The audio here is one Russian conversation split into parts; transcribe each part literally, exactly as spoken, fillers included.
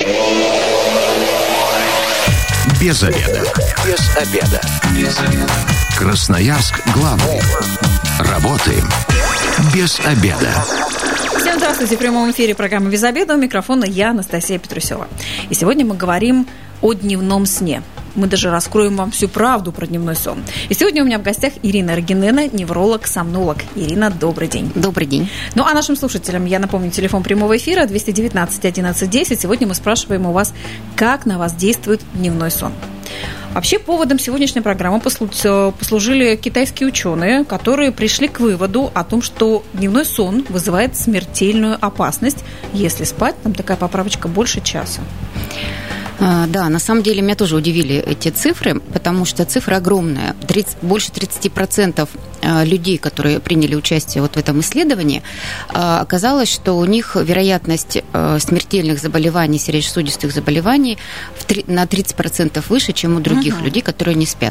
Без обеда. Без обеда. Без обеда. Красноярск главный. Работаем без обеда. Всем здравствуйте. В прямом эфире программы «Без обеда». У микрофона я, Анастасия Петрусева. И сегодня мы говорим о дневном сне. Мы даже раскроем вам всю правду про дневной сон. И сегодня у меня в гостях Ирина Аргинена, невролог-сомнолог. Ирина, добрый день. Добрый день. Ну, а нашим слушателям я напомню, телефон прямого эфира двести девятнадцать одиннадцать десять. Сегодня мы спрашиваем у вас, как на вас действует дневной сон. Вообще, поводом сегодняшней программы послужили китайские ученые, которые пришли к выводу о том, что дневной сон вызывает смертельную опасность, если спать, там такая поправочка, больше часа. Да, на самом деле меня тоже удивили эти цифры, потому что цифра огромная. тридцать, больше тридцать процентов людей, которые приняли участие вот в этом исследовании, оказалось, что у них вероятность смертельных заболеваний, сердечно-сосудистых заболеваний на тридцать процентов выше, чем у других uh-huh. людей, которые не спят.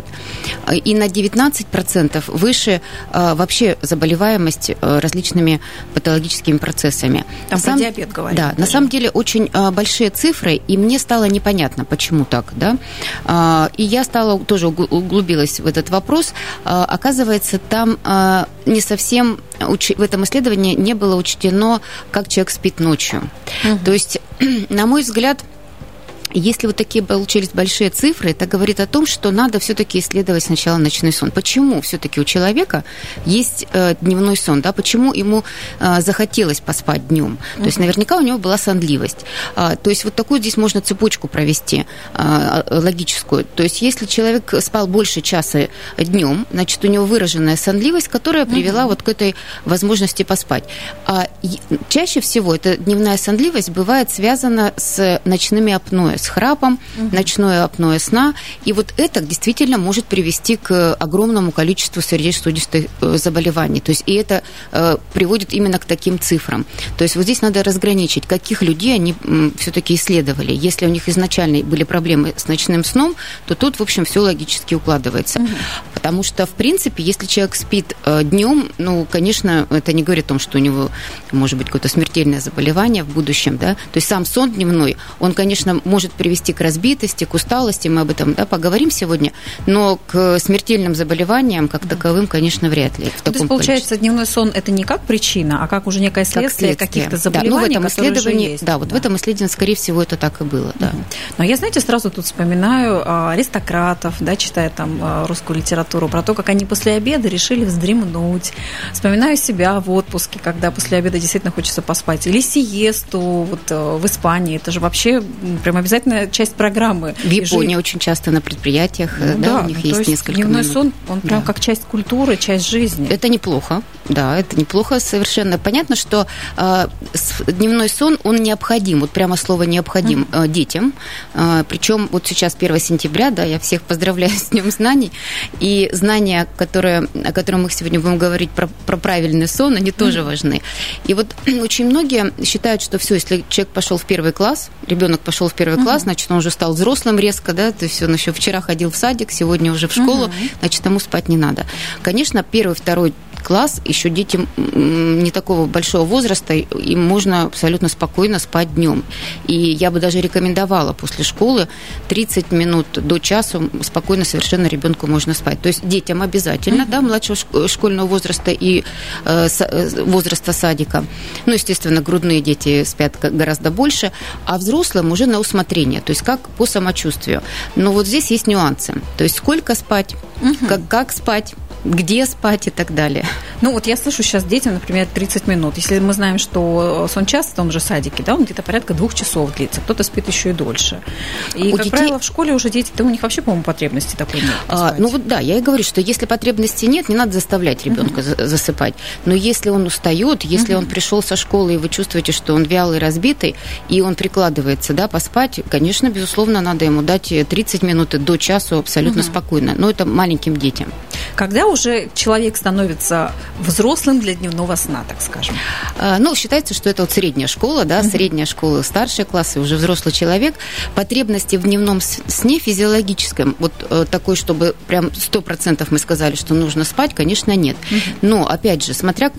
И на девятнадцать процентов выше вообще заболеваемость различными патологическими процессами. Там про диабет говорят. Да, даже. На самом деле очень большие цифры, и мне стало непонятно, Понятно, почему так, да. И я стала, тоже углубилась в этот вопрос. Оказывается, там не совсем, в этом исследовании не было учтено, как человек спит ночью. Угу. То есть, на мой взгляд, если вот такие получились большие цифры, это говорит о том, что надо все-таки исследовать сначала ночной сон. Почему все-таки у человека есть э, дневной сон? Да? Почему ему э, захотелось поспать днем? Uh-huh. То есть наверняка у него была сонливость. А, то есть вот такую здесь можно цепочку провести а, логическую. То есть если человек спал больше часа днем, значит, у него выраженная сонливость, которая привела uh-huh. вот к этой возможности поспать. А, чаще всего эта дневная сонливость бывает связана с ночными апноэ, с храпом, угу. ночное апноэ сна. И вот это действительно может привести к огромному количеству сердечно-сосудистых заболеваний. То есть и это э, приводит именно к таким цифрам. То есть вот здесь надо разграничить, каких людей они м, все-таки исследовали. Если у них изначально были проблемы с ночным сном, то тут, в общем, все логически укладывается. Угу. Потому что, в принципе, если человек спит э, днем, ну, конечно, это не говорит о том, что у него может быть какое-то смертельное заболевание в будущем, да. То есть сам сон дневной, он, конечно, может привести к разбитости, к усталости, мы об этом да, поговорим сегодня, но к смертельным заболеваниям как таковым, конечно, вряд ли. В То есть, получается, количестве. Дневной сон – это не как причина, а как уже некое следствие, как следствие. Каких-то заболеваний, да, ну, в этом исследовании, есть. Да, вот да. в этом исследовании, скорее всего, это так и было, да. Угу. Но я, знаете, сразу тут вспоминаю аристократов, да, читая там русскую литературу, про то, как они после обеда решили вздремнуть. Вспоминаю себя в отпуске, когда после обеда действительно хочется поспать. Или сиесту вот, в Испании. Это же вообще прям обязательно часть программы. В Японии жи... очень часто на предприятиях, ну, да, да, у них ну, есть несколько дневной минут. сон, он прям да. как часть культуры, часть жизни. Это неплохо, да, это неплохо совершенно. Понятно, что э, дневной сон, он необходим, вот прямо слово необходим mm-hmm. э, детям. Э, причем вот сейчас первое сентября, да, я всех поздравляю с Днем знаний, и знания, которые, о которых мы сегодня будем говорить про, про правильный сон, они mm-hmm. тоже важны. И вот очень многие считают, что все, если человек пошел в первый класс, ребенок пошел в первый класс, значит, он уже стал взрослым резко, да, то есть он еще вчера ходил в садик, сегодня уже в школу, угу. значит, ему спать не надо. Конечно, первый, второй класс, еще детям не такого большого возраста, им можно абсолютно спокойно спать днем. И я бы даже рекомендовала после школы тридцать минут до часу спокойно совершенно ребенку можно спать. То есть детям обязательно, mm-hmm. да, младшего школьного возраста и э, возраста садика. Ну, естественно, грудные дети спят гораздо больше, а взрослым уже на усмотрение, то есть как по самочувствию. Но вот здесь есть нюансы. То есть сколько спать, mm-hmm. как, как спать, где спать и так далее. Ну, вот я слышу сейчас детям, например, тридцать минут. Если мы знаем, что сон час в том же садике, да, он где-то порядка двух часов длится, кто-то спит еще и дольше. И, у как детей... правило, в школе уже дети-то у них вообще, по-моему, потребности такой нет. А, ну, вот да, я и говорю, что если потребности нет, не надо заставлять ребенка uh-huh. засыпать. Но если он устает, если uh-huh. он пришел со школы, и вы чувствуете, что он вялый, разбитый, и он прикладывается, да, поспать, конечно, безусловно, надо ему дать тридцать минут до часу абсолютно uh-huh. спокойно. Но это маленьким детям. Когда уже человек становится взрослым для дневного сна, так скажем? Ну, считается, что это вот средняя школа, да, uh-huh. средняя школа, старшие классы, уже взрослый человек. Потребности в дневном сне физиологическом, вот такой, чтобы прям сто процентов мы сказали, что нужно спать, конечно, нет. Uh-huh. Но, опять же, смотря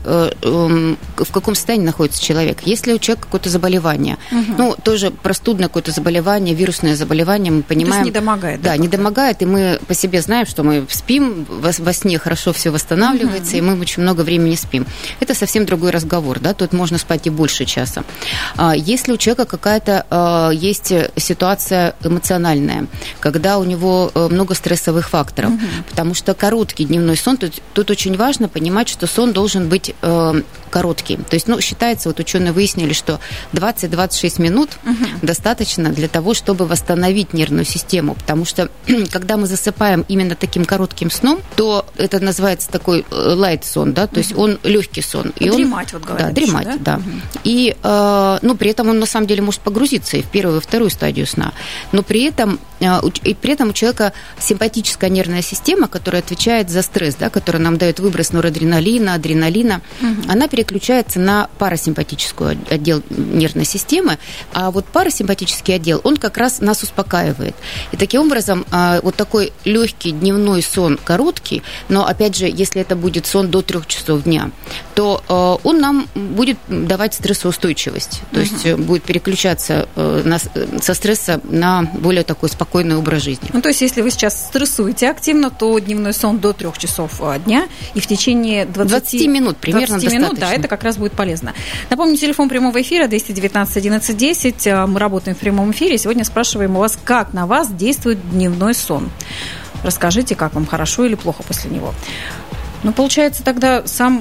в каком состоянии находится человек. Если у человека какое-то заболевание, uh-huh. ну, тоже простудное какое-то заболевание, вирусное заболевание, мы понимаем... То есть недомогает. Да, да недомогает, и мы по себе знаем, что мы спим, во, во сне хорошо все восстанавливается, uh-huh. и мы очень много времени спим. Это совсем другой разговор, да, тут можно спать и больше часа. Если у человека какая-то есть ситуация эмоциональная, когда у него много стрессовых факторов, uh-huh. потому что короткий дневной сон, тут, тут очень важно понимать, что сон должен быть э, короткий. То есть, ну, считается, вот ученые выяснили, что двадцать-двадцать шесть минут uh-huh. достаточно для того, чтобы восстановить нервную систему, потому что когда мы засыпаем именно таким коротким сном, то это называется такой light сон, да, то uh-huh. есть он легкий сон. И дремать, он, вот говорят. Да, дремать, еще, да. да. Uh-huh. И, э, ну, при этом он на самом деле может погрузиться и в первую, и в вторую стадию сна, но при этом, э, и при этом у человека симпатическая нервная система, которая отвечает за стресс, да, которая нам дает выброс норадреналина, адреналина, uh-huh. она переключается на парасимпатическую отдел нервной системы, а вот парасимпатический отдел, он как раз нас успокаивает. И таким образом, вот такой легкий дневной сон, короткий, но, опять же, если это будет сон до трех часов дня, то он нам будет давать стрессоустойчивость, то uh-huh. есть будет переключаться на, со стресса на более такой спокойный образ жизни. Ну, то есть, если вы сейчас стрессуете активно, то дневной сон до трех часов дня и в течение двадцати минут примерно двадцати минут, да, это как раз будет полезно. Напомню, телефон прямого эфира двести девятнадцать одиннадцать десять. Мы работаем в прямом эфире. Сегодня спрашиваем у вас, как на вас действует дневной сон. Расскажите, как вам, хорошо или плохо после него. Ну, получается, тогда сам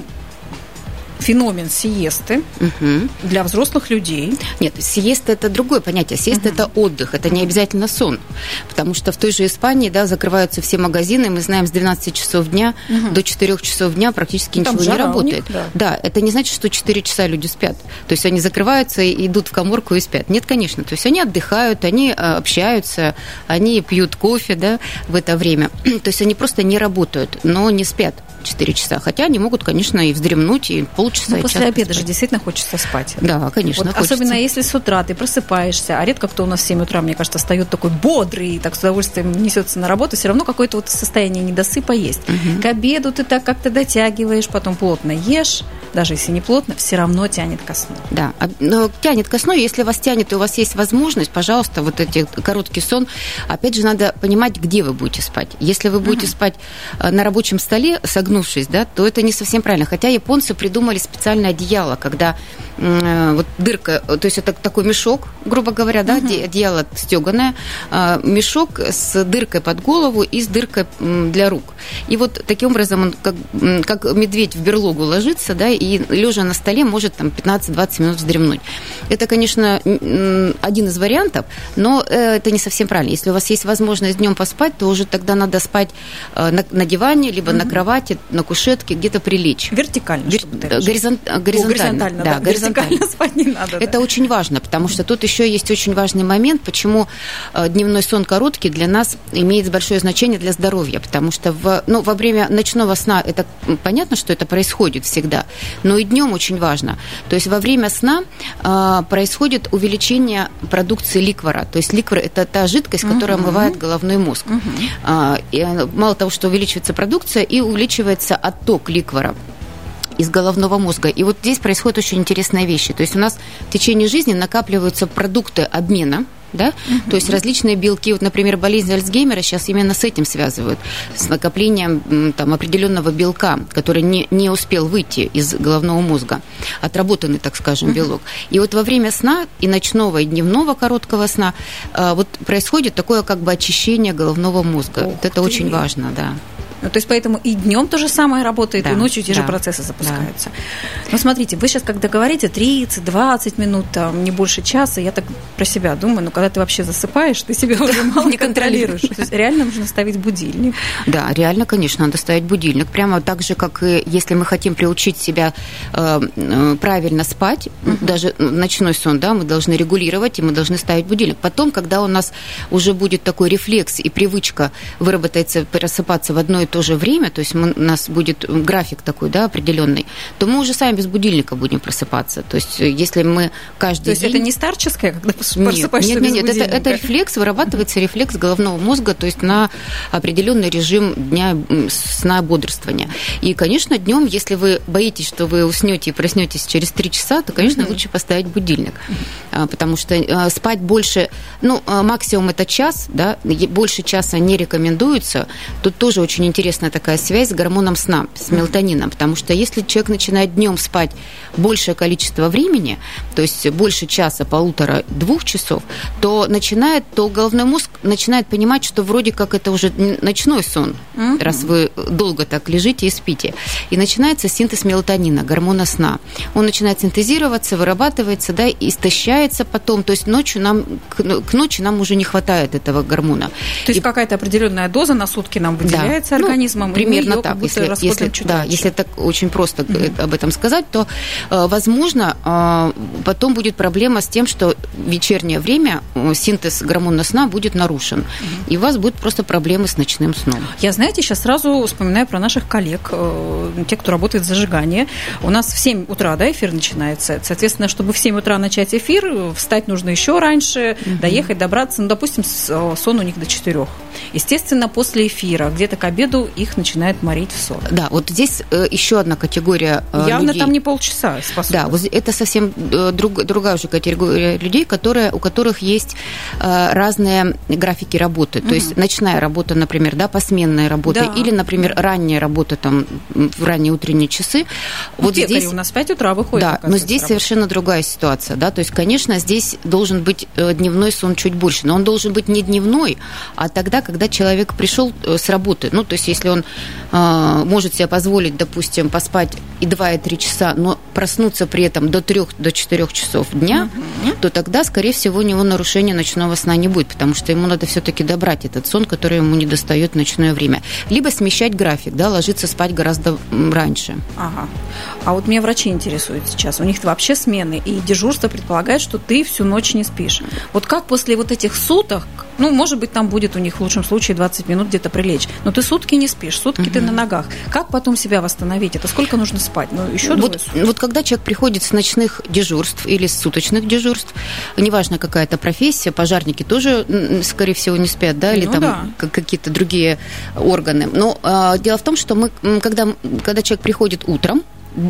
феномен сиесты угу. для взрослых людей. Нет, сиеста – это другое понятие. Сиеста угу. – это отдых, это не обязательно сон. Потому что в той же Испании, да, закрываются все магазины, мы знаем, с двенадцати часов дня угу. до четырёх часов дня практически там ничего не работает. Них, да. да, это не значит, что четыре часа люди спят. То есть они закрываются и идут в каморку и спят. Нет, конечно. То есть они отдыхают, они общаются, они пьют кофе, да, в это время. То есть они просто не работают, но не спят четыре часа. Хотя они могут, конечно, и вздремнуть, и полчаса. Ну, после обеда же действительно хочется спать. Да, конечно, вот особенно если с утра ты просыпаешься, а редко кто у нас в семь утра, мне кажется, встает такой бодрый, и так с удовольствием несется на работу, все равно какое-то вот состояние недосыпа есть. Угу. К обеду ты так как-то дотягиваешь, потом плотно ешь, даже если не плотно, все равно тянет ко сну. Да, но тянет ко сну, если вас тянет, и у вас есть возможность, пожалуйста, вот эти короткий сон, опять же, надо понимать, где вы будете спать. Если вы будете угу. спать на рабочем столе, согнувшись, да, то это не совсем правильно. Хотя японцы придумали специальное одеяло, когда э, вот дырка, то есть это такой мешок, грубо говоря, да, uh-huh. одеяло стеганое, э, мешок с дыркой под голову и с дыркой для рук. И вот таким образом он как, как медведь в берлогу ложится, да, и лежа на столе может там пятнадцать-двадцать минут вздремнуть. Это, конечно, один из вариантов, но это не совсем правильно. Если у вас есть возможность днем поспать, то уже тогда надо спать на, на диване, либо uh-huh. на кровати, на кушетке, где-то прилечь. Вертикально, Вер... чтобы Горизон... Горизонтально. О, горизонтально, да, да, горизонтально спать не надо. Это да. очень важно, потому что тут еще есть очень важный момент, почему дневной сон короткий для нас имеет большое значение для здоровья, потому что в, ну, во время ночного сна это понятно, что это происходит всегда, но и днем очень важно. То есть во время сна э, происходит увеличение продукции ликвора. То есть ликвор – это та жидкость, которая uh-huh. омывает головной мозг. Uh-huh. Э, и мало того, что увеличивается продукция, и увеличивается отток ликвора из головного мозга. И вот здесь происходят очень интересные вещи. То есть у нас в течение жизни накапливаются продукты обмена, да? Uh-huh. То есть различные белки, вот, например, болезнь Альцгеймера сейчас именно с этим связывают, с накоплением там, определенного белка, который не, не успел выйти из головного мозга, отработанный, так скажем, uh-huh. белок. И вот во время сна и ночного, и дневного короткого сна а, вот происходит такое как бы очищение головного мозга. Вот это ты. Очень важно, да. Ну, то есть, поэтому и днем то же самое работает, да, и ночью те да, же процессы запускаются. Да. Но смотрите, вы сейчас, когда говорите тридцать-двадцать минут, там, не больше часа, я так про себя думаю, ну, когда ты вообще засыпаешь, ты себя уже мало не контролируешь. То есть, реально нужно ставить будильник. Да, реально, конечно, надо ставить будильник. Прямо так же, как и если мы хотим приучить себя э, правильно спать, uh-huh. даже ночной сон, да, мы должны регулировать, и мы должны ставить будильник. Потом, когда у нас уже будет такой рефлекс и привычка выработается просыпаться в одно и и то же время, то есть мы, у нас будет график такой, да, определенный, то мы уже сами без будильника будем просыпаться. То есть если мы каждый То есть день... это не старческое, когда просыпаешься нет, без нет, будильника? Нет, это, это рефлекс, вырабатывается рефлекс головного мозга, то есть на определенный режим дня сна бодрствования. И, конечно, днем, если вы боитесь, что вы уснете и проснетесь через три часа, то, конечно, mm-hmm. лучше поставить будильник, mm-hmm. потому что спать больше, ну, максимум это час, да, больше часа не рекомендуется. Тут тоже очень интересная такая связь с гормоном сна, с мелатонином, потому что если человек начинает днем спать большее количество времени, то есть больше часа, полутора, двух часов, то начинает, то головной мозг начинает понимать, что вроде как это уже ночной сон, mm-hmm. раз вы долго так лежите и спите. И начинается синтез мелатонина, гормона сна. Он начинает синтезироваться, вырабатывается, да, и истощается потом. То есть ночью нам, к ночи нам уже не хватает этого гормона. То есть и... какая-то определенная доза на сутки нам выделяется, да, организмом, ну, примерно и мы так. Если, если, да, если так очень просто mm-hmm. об этом сказать, то, возможно, потом будет проблема с тем, что в вечернее время синтез гормона сна будет нарушен. Mm-hmm. И у вас будут просто проблемы с ночным сном. Я, знаете, сейчас сразу вспоминаю про наших коллег, те, кто работает в зажигании. У нас в семь утра, да, эфир начинается. Соответственно, чтобы в семь утра начать эфир, встать нужно еще раньше, mm-hmm. доехать, добраться. Ну, допустим, сон у них до четырех. Естественно, после эфира, где-то к обеду их начинает морить в сон. Да, вот здесь еще одна категория Явно людей. Там не полчаса способны. Да, вот это совсем друг, другая уже категория людей, которые, у которых есть разные графики работы. Mm-hmm. То есть ночная работа, например, да, посменная работа, да. или, например, ранняя работа там, в ранние утренние часы. Вот здесь у нас в пять утра выходит. Да, но здесь совершенно другая ситуация. Да? То есть, конечно, здесь должен быть дневной сон чуть больше, но он должен быть не дневной, а тогда, когда человек пришел с работы. Ну, то есть, если он э, может себе позволить, допустим, поспать и два, и три часа, но проснуться при этом до трех, до четырех часов дня, mm-hmm. то тогда, скорее всего, у него нарушения ночного сна не будет, потому что ему надо все-таки добрать этот сон, который ему не достает в ночное время. Либо смещать график, да, ложиться спать гораздо раньше. Ага. А вот меня врачи интересуют сейчас. У них вообще смены, и дежурство предполагает, что ты всю ночь не спишь. Вот как после вот этих суток, ну, может быть, там будет у них в лучшем случае двадцать минут где-то прилечь, но ты сутки не спишь, сутки угу. ты на ногах. Как потом себя восстановить? Это сколько нужно спать? Ну, еще вот, вот когда человек приходит с ночных дежурств или с суточных дежурств, неважно, какая это профессия, пожарники тоже, скорее всего, не спят, да, или ну, там да. какие-то другие органы. Но э, дело в том, что мы, когда, когда человек приходит утром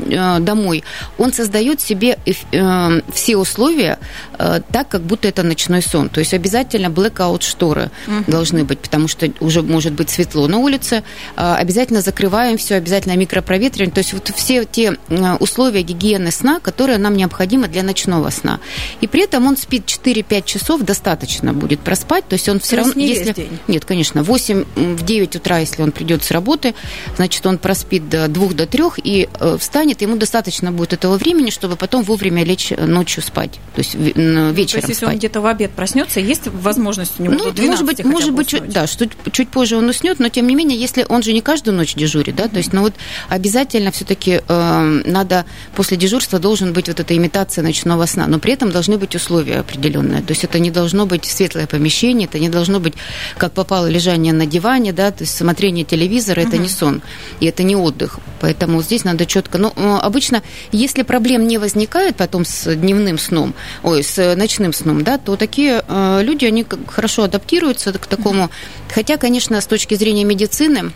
домой, он создает себе э, все условия э, так, как будто это ночной сон. То есть обязательно blackout шторы uh-huh. должны быть, потому что уже может быть светло на улице. Э, обязательно закрываем все, обязательно микропроветривание. То есть вот все те условия гигиены сна, которые нам необходимы для ночного сна. И при этом он спит четыре-пять часов, достаточно будет проспать. То есть он все равно... Не если... весь день. Нет, конечно. В восемь-девять утра, если он придет с работы, значит, он проспит до двух, до трех и э, встанет, ему достаточно будет этого времени, чтобы потом вовремя лечь ночью спать, то есть вечером спать. То есть, если он где-то в обед проснется, есть возможность у него ну, может быть, может быть, чуть, да, что чуть позже он уснет, но тем не менее, если он же не каждую ночь дежурит, да, mm-hmm. то есть, ну вот обязательно все-таки э, надо после дежурства должен быть вот эта имитация ночного сна, но при этом должны быть условия определенные, то есть это не должно быть светлое помещение, это не должно быть как попало лежание на диване, да, то есть смотрение телевизора, mm-hmm. это не сон и это не отдых, поэтому здесь надо четко. Но обычно, если проблем не возникает потом с дневным сном, ой, с ночным сном, да, то такие э, люди, они хорошо адаптируются к такому. Mm-hmm. Хотя, конечно, с точки зрения медицины,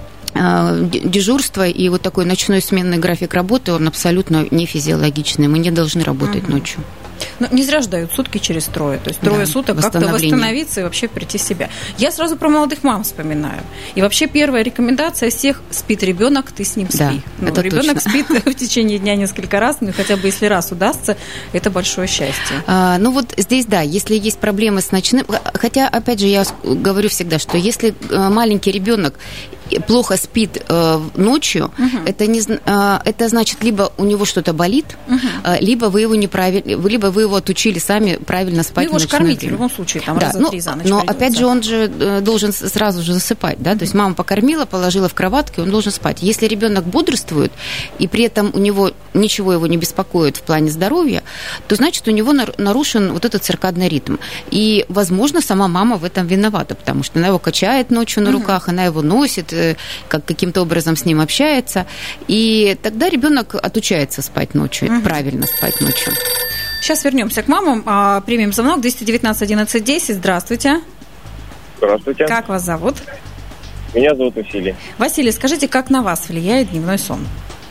э, дежурство и вот такой ночной сменный график работы, он абсолютно не физиологичный. Мы не должны работать mm-hmm. ночью. Но не зря ждают сутки через трое. То есть трое да, суток как-то восстановиться и вообще прийти в себя. Я сразу про молодых мам вспоминаю. И вообще первая рекомендация всех: спит ребенок, ты с ним спи. Да, ну, это ребенок точно. спит в течение дня несколько раз, ну хотя бы если раз удастся, это большое счастье. А, ну вот здесь, да, если есть проблемы с ночным... Хотя, опять же, я говорю всегда, что если маленький ребенок плохо спит э, ночью, угу. это, не, э, это значит, либо у него что-то болит, угу. э, либо вы его неправильно, либо вы его отучили сами правильно спать. Вы его же кормите в любом случае, там да, раза ну, три за ночь но придется. Опять же, он же должен сразу же засыпать, да, то есть мама покормила, положила в кроватку, он должен спать. Если ребенок бодрствует, и при этом у него ничего его не беспокоит в плане здоровья, то значит, у него нарушен вот этот циркадный ритм. И, возможно, сама мама в этом виновата, потому что она его качает ночью на руках, угу. она его носит, как каким-то образом с ним общается. И тогда ребенок отучается спать ночью, угу. правильно спать ночью. Сейчас вернемся к мамам. Примем звонок двести девятнадцать одиннадцать десять. Здравствуйте. Здравствуйте. Как вас зовут? Меня зовут Василий. Василий, скажите, как на вас влияет дневной сон?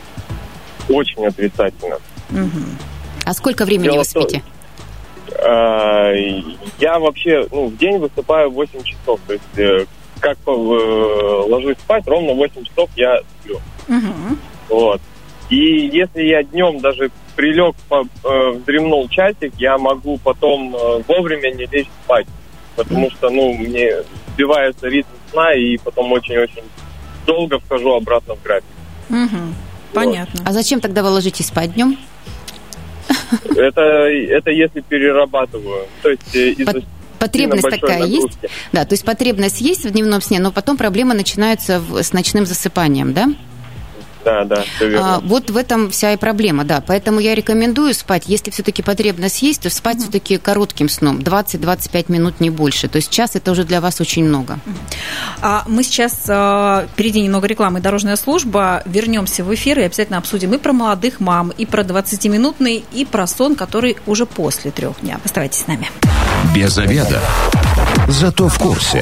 Очень отрицательно. Угу. А сколько времени Дело вы спите? То, э, я вообще ну, в день высыпаю восемь часов. То есть, э, как э, ложусь спать, ровно восемь часов я сплю. Угу. Вот. И если я днем даже прилег, по, э, вздремнул часик, я могу потом э, вовремя не лечь спать. Потому что, ну, мне сбивается ритм сна, и потом очень-очень долго вхожу обратно в график. Угу. Вот. Понятно. А зачем тогда вы ложитесь спать днем? Это, это если перерабатываю. То есть из-за потребность такая нагрузки. есть? Да, то есть потребность есть в дневном сне, но потом проблемы начинаются в, с ночным засыпанием, да? Да, да, все верно. А, вот в этом вся и проблема, да. Поэтому я рекомендую спать, если все-таки потребность есть, то спать mm-hmm. все-таки коротким сном, двадцать-двадцать пять минут, не больше. То есть час это уже для вас очень много. А мы сейчас, впереди немного рекламы, дорожная служба, вернемся в эфир и обязательно обсудим и про молодых мам, и про двадцатиминутный, и про сон, который уже после трех дня. Оставайтесь с нами. Без обеда. Зато в курсе.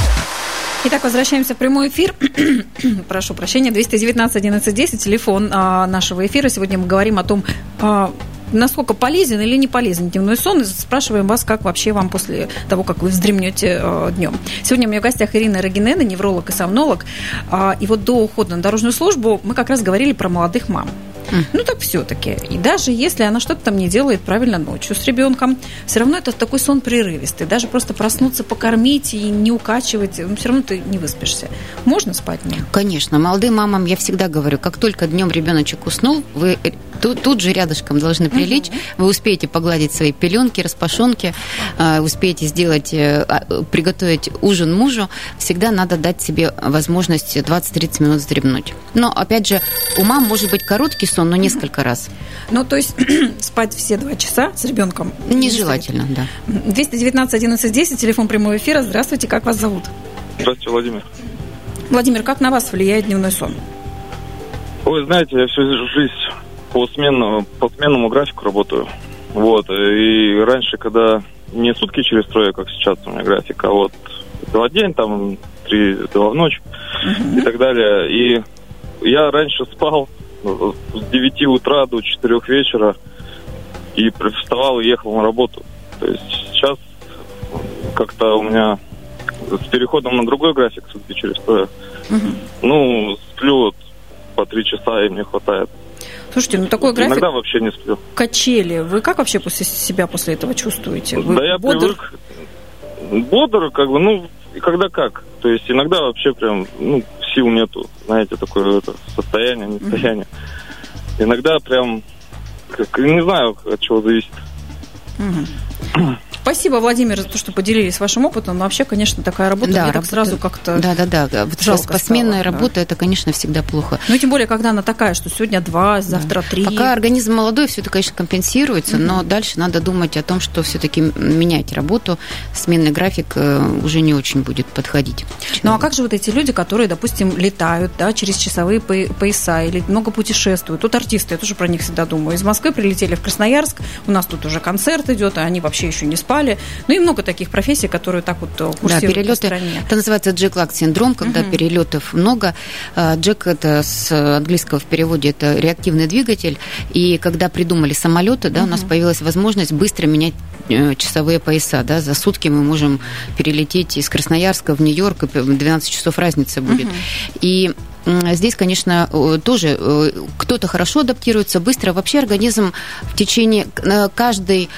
Итак, возвращаемся в прямой эфир. Прошу прощения, двести девятнадцать одиннадцать десять, телефон а, нашего эфира. Сегодня мы говорим о том, а, насколько полезен или не полезен дневной сон. И спрашиваем вас, как вообще вам после того, как вы вздремнете а, днем. Сегодня у меня в гостях Ирина Рогинена, невролог и сомнолог. А, и вот до ухода на дорожную службу мы как раз говорили про молодых мам. Ну, так все-таки. И даже если она что-то там не делает правильно ночью с ребенком, все равно это такой сон прерывистый. Даже просто проснуться, покормить и не укачивать, ну, все равно ты не выспишься. Можно спать днем? Конечно. Молодым мамам я всегда говорю, как только днем ребеночек уснул, вы тут, тут же рядышком должны прилечь, угу. вы успеете погладить свои пеленки, распашонки, успеете сделать, приготовить ужин мужу. Всегда надо дать себе возможность двадцать-тридцать минут вздремнуть. Но, опять же, у мам может быть короткий сон, но несколько раз. Ну, то есть спать все два часа с ребенком? Нежелательно, да. двести девятнадцать одиннадцать десять, телефон прямого эфира. Здравствуйте, как вас зовут? Здравствуйте, Владимир. Владимир, как на вас влияет дневной сон? Ой, знаете, я всю жизнь по сменному, по сменному графику работаю. Вот. И раньше, когда не сутки через трое, как сейчас у меня график, а вот два день, там, три-два в ночь uh-huh. и так далее. И я раньше спал с девяти утра до четырех вечера и вставал и ехал на работу. То есть сейчас как-то у меня с переходом на другой график, сутки через трое, uh-huh. ну, сплю вот по три часа, и мне хватает. Слушайте, ну такой график... Иногда вообще не сплю. Качели. Вы как вообще после себя после этого чувствуете? Вы да я бодр? привык. Бодр, как бы, ну, когда как. То есть иногда вообще прям, ну, сил нету, знаете, такое это, состояние, не состояние. Mm-hmm. Иногда прям, как, не знаю, от чего зависит. Mm-hmm. Спасибо, Владимир, за то, что поделились вашим опытом. Но вообще, конечно, такая работа, да, мне работа... так сразу как-то да, да, да. жалко посменная стало, работа, да. это, конечно, всегда плохо. Ну, тем более, когда она такая, что сегодня два, завтра да. три. Пока организм молодой, все это, конечно, компенсируется, mm-hmm. но дальше надо думать о том, что все-таки менять работу, сменный график уже не очень будет подходить. Ну, а как же вот эти люди, которые, допустим, летают, да, через часовые пояса или много путешествуют? Тут артисты, я тоже про них всегда думаю. Из Москвы прилетели в Красноярск, у нас тут уже концерт идет, а они вообще еще не спали. Ну, и много таких профессий, которые так вот курсируют да, перелеты, по стране. Это называется джет-лаг-синдром, когда uh-huh. перелетов много. Джек, это с английского в переводе, это реактивный двигатель. И когда придумали самолеты, да, uh-huh. у нас появилась возможность быстро менять часовые пояса. Да, за сутки мы можем перелететь из Красноярска в Нью-Йорк, и двенадцать часов разница будет. Uh-huh. И здесь, конечно, тоже кто-то хорошо адаптируется, быстро. Вообще организм в течение каждой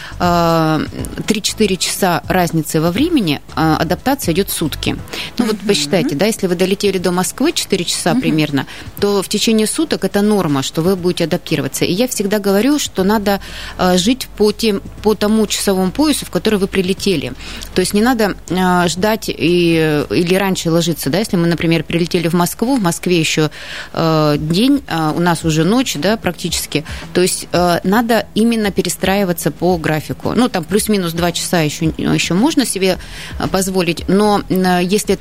три-четыре часа разницы во времени адаптация идет сутки. Ну вот посчитайте, да, если вы долетели до Москвы четыре часа uh-huh. примерно, то в течение суток это норма, что вы будете адаптироваться. И я всегда говорю, что надо жить по, тем, по тому часовому поясу, в который вы прилетели. То есть не надо ждать и, или раньше ложиться. Да? Если мы, например, прилетели в Москву, в Москве еще э, день, э, у нас уже ночь, да, практически. То есть э, надо именно перестраиваться по графику. Ну, там плюс-минус два часа еще, еще можно себе позволить, но э, если это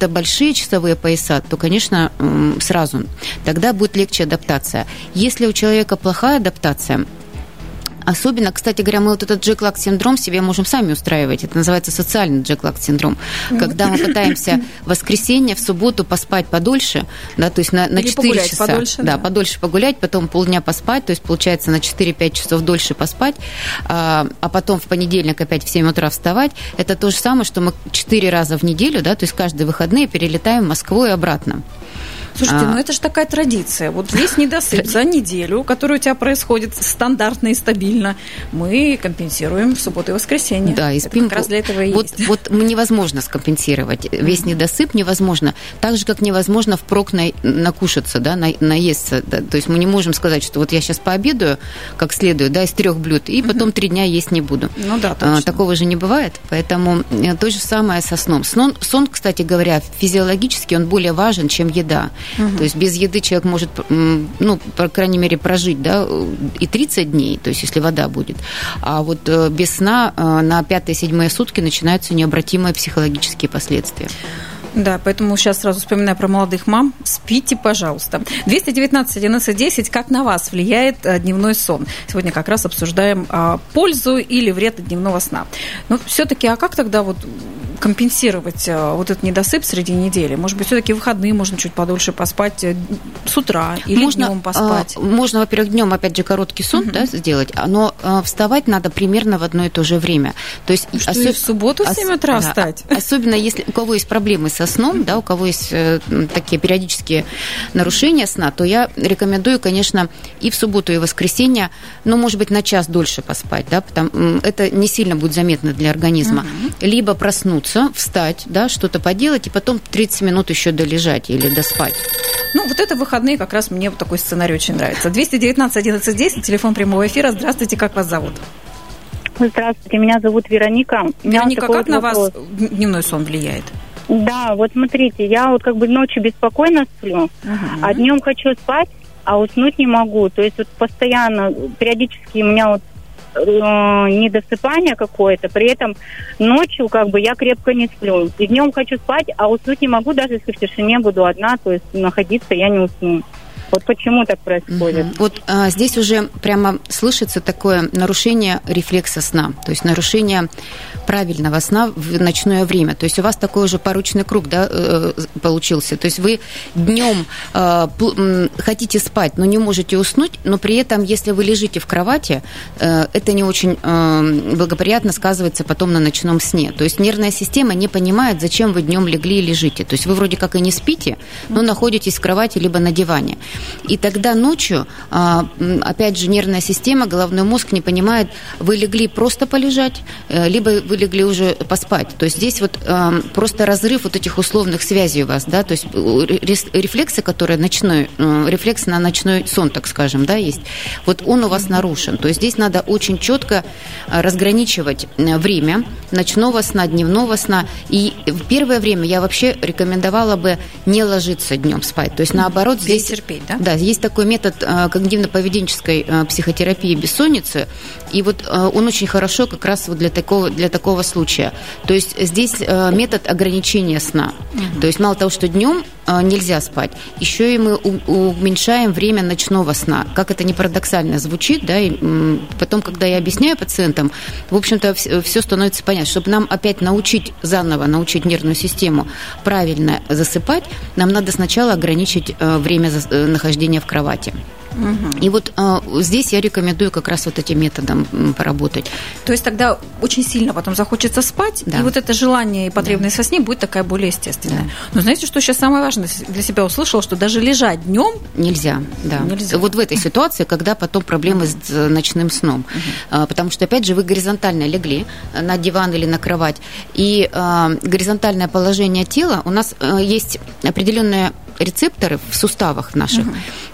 большие часовые пояса, то, конечно, сразу. Тогда будет легче адаптация. Если у человека плохая адаптация, особенно, кстати говоря, мы вот этот джет-лаг-синдром себе можем сами устраивать. Это называется социальный джет-лаг-синдром. Когда мы пытаемся в воскресенье, в субботу поспать подольше, да, то есть на, на четыре часа. Подольше, да, да, подольше погулять, потом полдня поспать, то есть получается на четыре-пять часов дольше поспать, а, а потом в понедельник опять в семь утра вставать. Это то же самое, что мы четыре раза в неделю, да, то есть каждые выходные перелетаем в Москву и обратно. Слушайте, а... ну это же такая традиция. Вот весь недосып за неделю, который у тебя происходит стандартно и стабильно, мы компенсируем в субботу и воскресенье. Да, и спим. Это как раз для этого и вот, есть. Вот невозможно скомпенсировать. Весь недосып невозможно. Так же, как невозможно впрок на, накушаться, да, на, наесться. Да. То есть мы не можем сказать, что вот я сейчас пообедаю как следует, да, из трех блюд, и потом три дня есть не буду. Ну да, точно. А, такого же не бывает. Поэтому то же самое со сном. Сон, сон, кстати говоря, физиологически он более важен, чем еда. Угу. То есть без еды человек может, ну, по крайней мере, прожить, да, и тридцать дней, то есть если вода будет. А вот без сна на пятые-седьмые сутки начинаются необратимые психологические последствия. Да, поэтому сейчас сразу вспоминаю про молодых мам. Спите, пожалуйста. двести девятнадцать одиннадцать десять. Как на вас влияет дневной сон? Сегодня как раз обсуждаем пользу или вред дневного сна. Но все-таки, а как тогда вот компенсировать вот этот недосып среди недели? Может быть, все-таки в выходные можно чуть подольше поспать с утра или можно, днем поспать? Можно, во-первых, днем, опять же, короткий сон, uh-huh. да, сделать, но вставать надо примерно в одно и то же время. То есть что, особ... и в субботу в семь утра да, встать? Особенно если у кого есть проблемы со сном, да, у кого есть э, такие периодические нарушения сна, то я рекомендую, конечно, и в субботу, и в воскресенье, ну, может быть, на час дольше поспать, да, потому это не сильно будет заметно для организма. Uh-huh. Либо проснуться, встать, да, что-то поделать, и потом тридцать минут еще долежать или доспать. Ну, вот это выходные, как раз мне вот такой сценарий очень нравится. двести девятнадцать одиннадцать десять, телефон прямого эфира. Здравствуйте, как вас зовут? Здравствуйте, меня зовут Вероника. Вероника, как на вас дневной сон влияет? Да, вот смотрите, я вот как бы ночью беспокойно сплю, uh-huh. а днем хочу спать, а уснуть не могу. То есть вот постоянно, периодически у меня вот э, недосыпание какое-то, при этом ночью как бы я крепко не сплю. И днем хочу спать, а уснуть не могу, даже если в тишине буду одна, то есть находиться я не усну. Вот почему так происходит? Uh-huh. Вот а, здесь уже прямо слышится такое нарушение рефлекса сна, то есть нарушение правильного сна в ночное время. То есть у вас такой уже порочный круг, да, э, получился. То есть вы днем э, пл- хотите спать, но не можете уснуть, но при этом, если вы лежите в кровати, э, это не очень э, благоприятно сказывается потом на ночном сне. То есть нервная система не понимает, зачем вы днем легли и лежите. То есть вы вроде как и не спите, но находитесь в кровати либо на диване. И тогда ночью, опять же, нервная система, головной мозг не понимает, вы легли просто полежать, либо вы легли уже поспать. То есть здесь вот просто разрыв вот этих условных связей у вас, да, то есть рефлексы, которые ночной, рефлекс на ночной сон, так скажем, да, есть, вот он у вас нарушен. То есть здесь надо очень четко разграничивать время ночного сна, дневного сна. И в первое время я вообще рекомендовала бы не ложиться днем спать. То есть наоборот здесь... терпеть, да? Да, есть такой метод когнитивно-поведенческой психотерапии бессонницы, и вот он очень хорошо как раз вот для такого, для такого случая. То есть здесь метод ограничения сна. Угу. То есть мало того, что днем нельзя спать, еще и мы уменьшаем время ночного сна. Как это не парадоксально звучит, да, и потом, когда я объясняю пациентам, в общем-то, все становится понятно. Чтобы нам опять научить заново, научить нервную систему правильно засыпать, нам надо сначала ограничить время нахождения в кровати. Угу. И вот э, здесь я рекомендую как раз вот этим методом поработать. То есть тогда очень сильно потом захочется спать, да. И вот это желание и потребность да. во сне будет такая более естественная. Да. Но знаете, что сейчас самое важное для себя услышала, что даже лежать днем нельзя. Да. Нельзя. Вот в этой ситуации, когда потом проблемы uh-huh. с ночным сном. Uh-huh. Потому что, опять же, вы горизонтально легли на диван или на кровать, и э, горизонтальное положение тела, у нас э, есть определенные рецепторы в суставах наших, uh-huh.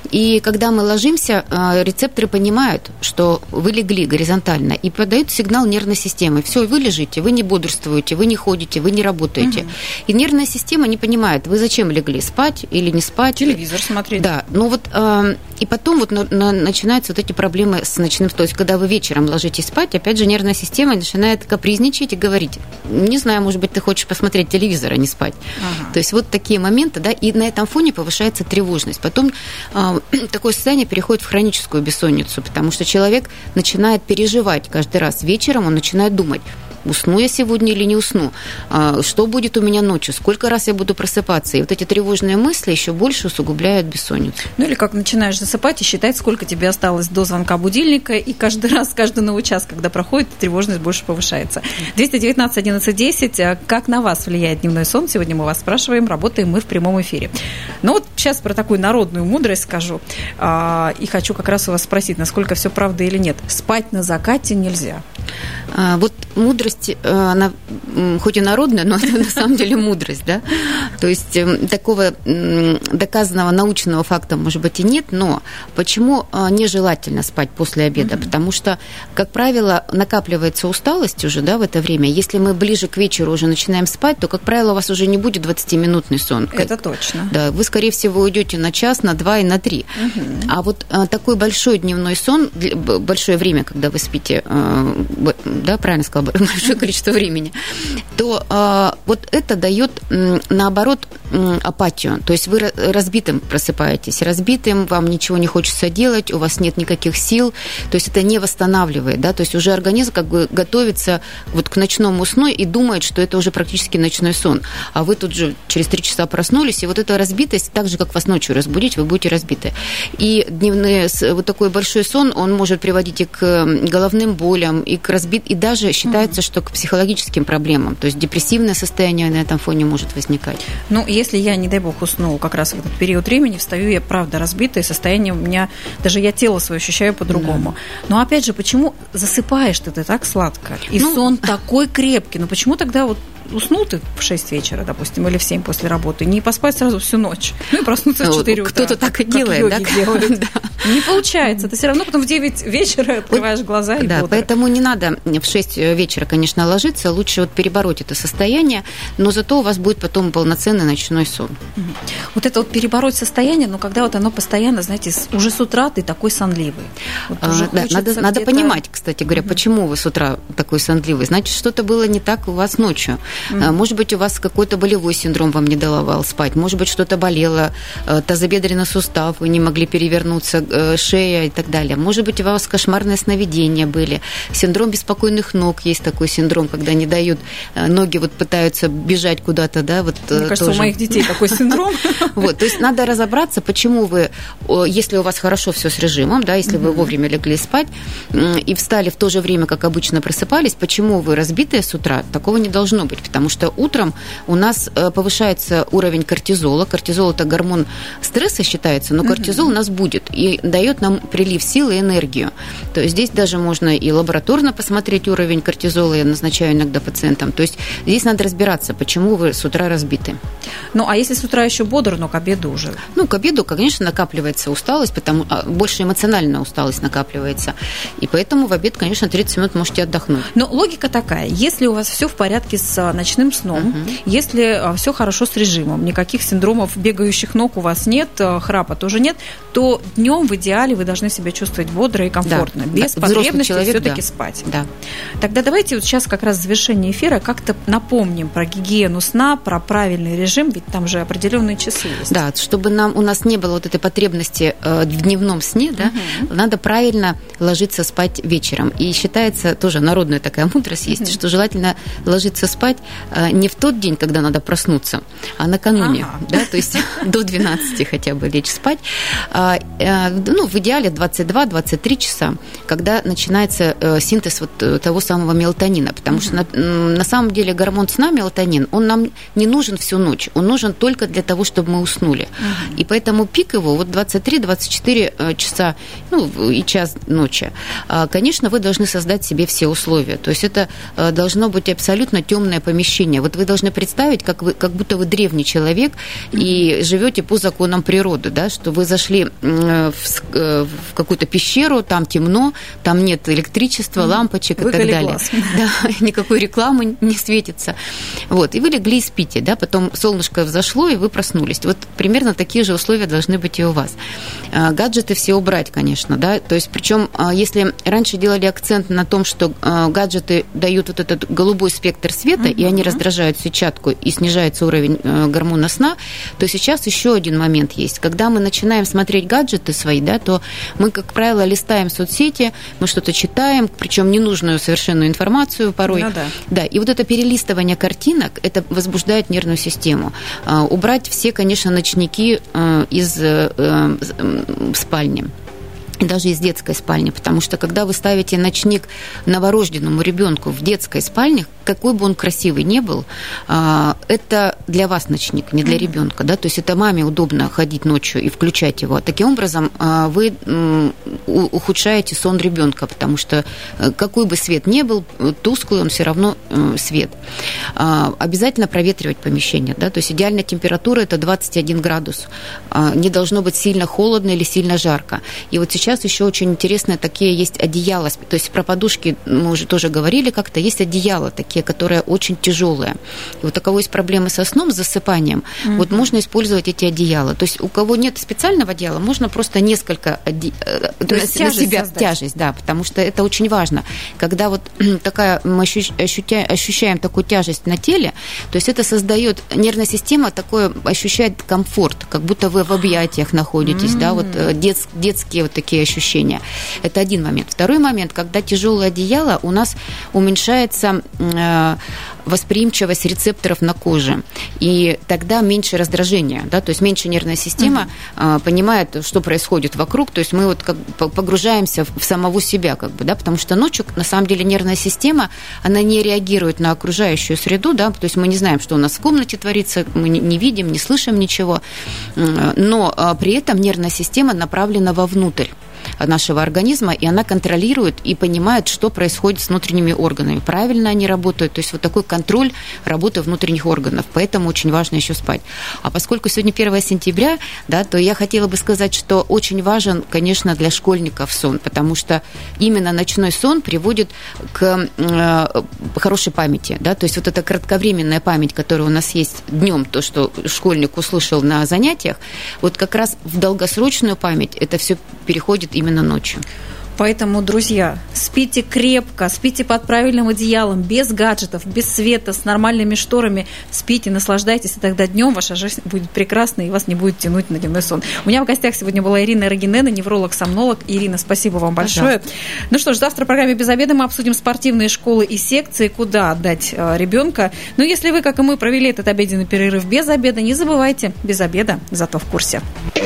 И когда мы ложимся, рецепторы понимают, что вы легли горизонтально, и подают сигнал нервной системы. Все, вы лежите, вы не бодрствуете, вы не ходите, вы не работаете. Угу. И нервная система не понимает, вы зачем легли, спать или не спать. Телевизор смотреть. Да, ну вот, и потом вот начинаются вот эти проблемы с ночным. То есть, когда вы вечером ложитесь спать, опять же, нервная система начинает капризничать и говорить, не знаю, может быть, ты хочешь посмотреть телевизор, а не спать. Ага. То есть, вот такие моменты, да, и на этом фоне повышается тревожность. Потом э, такое состояние переходит в хроническую бессонницу, потому что человек начинает переживать каждый раз. Вечером он начинает думать, усну я сегодня или не усну, что будет у меня ночью, сколько раз я буду просыпаться. И вот эти тревожные мысли еще больше усугубляют бессонницу. Ну или как начинаешь засыпать и считать, сколько тебе осталось до звонка будильника, и каждый раз, каждый новый час, когда проходит, тревожность больше повышается. двести девятнадцать одиннадцать десять. Как на вас влияет дневной сон? Сегодня мы вас спрашиваем, работаем мы в прямом эфире. Ну вот сейчас про такую народную мудрость скажу. И хочу как раз у вас спросить, насколько все правда или нет. Спать на закате нельзя. Вот мудрость, она хоть и народная, но это на самом деле мудрость, да? То есть такого доказанного научного факта, может быть, и нет, но почему нежелательно спать после обеда? Mm-hmm. Потому что, как правило, накапливается усталость уже, да, в это время. Если мы ближе к вечеру уже начинаем спать, то, как правило, у вас уже не будет двадцатиминутный сон. Это точно. Да, вы, скорее всего, уйдете на час, на два и на три. Mm-hmm. А вот такой большой дневной сон, большое время, когда вы спите, да, правильно сказала, большое количество времени, то э, вот это дает, наоборот, апатию. То есть вы разбитым просыпаетесь, разбитым, вам ничего не хочется делать, у вас нет никаких сил, то есть это не восстанавливает, да, то есть уже организм как бы готовится вот к ночному сну и думает, что это уже практически ночной сон, а вы тут же через три часа проснулись, и вот эта разбитость, так же, как вас ночью разбудить, вы будете разбиты. И дневной, вот такой большой сон, он может приводить и к головным болям, и к разбит, и даже считается, что к психологическим проблемам, то есть депрессивное состояние на этом фоне может возникать. Ну, если я, не дай бог, усну как раз в этот период времени, встаю я, правда, разбитая, состояние у меня, даже я тело свое ощущаю по-другому. Да. Но, опять же, почему засыпаешь-то ты так сладко? И ну, сон такой крепкий. Ну, почему тогда вот уснул ты в шесть вечера, допустим, или в семь после работы, не поспать сразу всю ночь, ну и проснуться в четыре утра. Кто-то так и делает, да? Да. Не получается. Ты все равно потом в девять вечера открываешь глаза и да, бодро. Поэтому не надо в шесть вечера, конечно, ложиться, лучше вот перебороть это состояние, но зато у вас будет потом полноценный ночной сон. Вот это вот перебороть состояние, но когда вот оно постоянно, знаете, уже с утра ты такой сонливый. Вот а, да, надо, надо понимать, кстати говоря, угу. почему вы с утра такой сонливый. Значит, что-то было не так у вас ночью. Mm-hmm. Может быть, у вас какой-то болевой синдром вам не давал спать, может быть, что-то болело, тазобедренный сустав, вы не могли перевернуться, шея и так далее. Может быть, у вас кошмарные сновидения были, синдром беспокойных ног, есть такой синдром, когда не дают, ноги вот пытаются бежать куда-то, да, вот. Мне кажется, тоже. У моих детей такой синдром. Вот, то есть надо разобраться, почему вы, если у вас хорошо все с режимом, да, если вы вовремя легли спать и встали в то же время, как обычно просыпались, почему вы разбитые с утра, такого не должно быть. Потому что утром у нас повышается уровень кортизола. Кортизол – это гормон стресса считается, но кортизол у нас будет и дает нам прилив силы и энергию. То есть здесь даже можно и лабораторно посмотреть уровень кортизола, я назначаю иногда пациентам. То есть здесь надо разбираться, почему вы с утра разбиты. Ну, а если с утра еще бодр, но к обеду уже? Ну, к обеду, конечно, накапливается усталость, потому больше эмоциональная усталость накапливается. И поэтому в обед, конечно, тридцать минут можете отдохнуть. Но логика такая, если у вас все в порядке с ночным сном, uh-huh. если все хорошо с режимом, никаких синдромов бегающих ног у вас нет, храпа тоже нет, то днем в идеале вы должны себя чувствовать бодро и комфортно, да, без да, потребности все-таки да. спать. Да. Тогда давайте вот сейчас как раз в завершении эфира как-то напомним про гигиену сна, про правильный режим, ведь там же определенные часы есть. Да, чтобы нам, у нас не было вот этой потребности в дневном сне, да, uh-huh. надо правильно ложиться спать вечером. И считается, тоже народная такая мудрость есть, uh-huh. что желательно ложиться спать не в тот день, когда надо проснуться, а накануне, ага. да, то есть до двенадцати хотя бы лечь спать. Ну, в идеале двадцать два - двадцать три часа, когда начинается синтез вот того самого мелатонина, потому угу. что на, на самом деле гормон сна, мелатонин, он нам не нужен всю ночь, он нужен только для того, чтобы мы уснули. Угу. И поэтому пик его вот двадцать три - двадцать четыре часа, ну, и час ночи. Конечно, вы должны создать себе все условия, то есть это должно быть абсолютно темное помещение, помещение. Вот вы должны представить, как, вы, как будто вы древний человек и живете по законам природы, да, что вы зашли в, в какую-то пещеру, там темно, там нет электричества, лампочек Выколи и так далее. Глаз. Да, никакой рекламы не светится. Вот, и вы легли и спите, да, потом солнышко взошло, и вы проснулись. Вот примерно такие же условия должны быть и у вас. Гаджеты все убрать, конечно, да, то есть причем, если раньше делали акцент на том, что гаджеты дают вот этот голубой спектр света, mm-hmm. и они раздражают сетчатку, и снижается уровень гормона сна, то сейчас еще один момент есть. Когда мы начинаем смотреть гаджеты свои, да, то мы, как правило, листаем соцсети, мы что-то читаем, причем ненужную совершенную информацию порой. Ну, да. Да, и вот это перелистывание картинок, это возбуждает нервную систему. Убрать все, конечно, ночники из спальни. Даже из детской спальни, потому что когда вы ставите ночник новорожденному ребенку в детской спальне, какой бы он красивый ни был, это для вас ночник, не для ребенка, да, то есть это маме удобно ходить ночью и включать его. Таким образом вы ухудшаете сон ребенка, потому что какой бы свет ни был, тусклый он все равно свет. Обязательно проветривать помещение, да, то есть идеальная температура это двадцать один градус, не должно быть сильно холодно или сильно жарко. И вот сейчас Сейчас еще очень интересные такие есть одеяла, то есть про подушки мы уже тоже говорили как-то, есть одеяла такие, которые очень тяжелые. И вот у кого есть проблемы со сном, с засыпанием, mm-hmm. вот можно использовать эти одеяла. То есть у кого нет специального одеяла, можно просто несколько оде... на, на себя создать. Тяжесть, да, потому что это очень важно. Когда вот такая мы ощущаем, ощущаем такую тяжесть на теле, то есть это создает, нервная система такое ощущает комфорт, как будто вы в объятиях находитесь, mm-hmm. да, вот дет, детские вот такие ощущения. Это один момент. Второй момент, когда тяжелое одеяло, у нас уменьшается э, восприимчивость рецепторов на коже. И тогда меньше раздражения, да, то есть меньше нервная система uh-huh. э, понимает, что происходит вокруг. То есть мы вот как погружаемся в самого себя, как бы, да, потому что ночью, на самом деле, нервная система, она не реагирует на окружающую среду, да, то есть мы не знаем, что у нас в комнате творится, мы не видим, не слышим ничего, но э, при этом нервная система направлена вовнутрь нашего организма, и она контролирует и понимает, что происходит с внутренними органами. Правильно они работают, то есть вот такой контроль работы внутренних органов, поэтому очень важно еще спать. А поскольку сегодня первое сентября, да, то я хотела бы сказать, что очень важен, конечно, для школьников сон, потому что именно ночной сон приводит к э, хорошей памяти, да, то есть вот эта кратковременная память, которая у нас есть днем, то, что школьник услышал на занятиях, вот как раз в долгосрочную память это все переходит именно ночью. Поэтому, друзья, спите крепко, спите под правильным одеялом, без гаджетов, без света, с нормальными шторами. Спите, наслаждайтесь, и тогда днем ваша жизнь будет прекрасной, и вас не будет тянуть на дневной сон. У меня в гостях сегодня была Ирина Рогинена, невролог-сомнолог. Ирина, спасибо вам большое. Пожалуйста. Ну что ж, завтра в программе «Без обеда» мы обсудим спортивные школы и секции, куда отдать ребенка. Но если вы, как и мы, провели этот обеденный перерыв без обеда, не забывайте, без обеда, зато в курсе.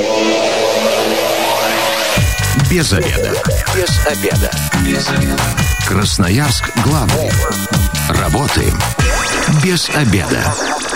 Без обеда. Без обеда. Без обеда. Красноярск главный. Работаем без обеда.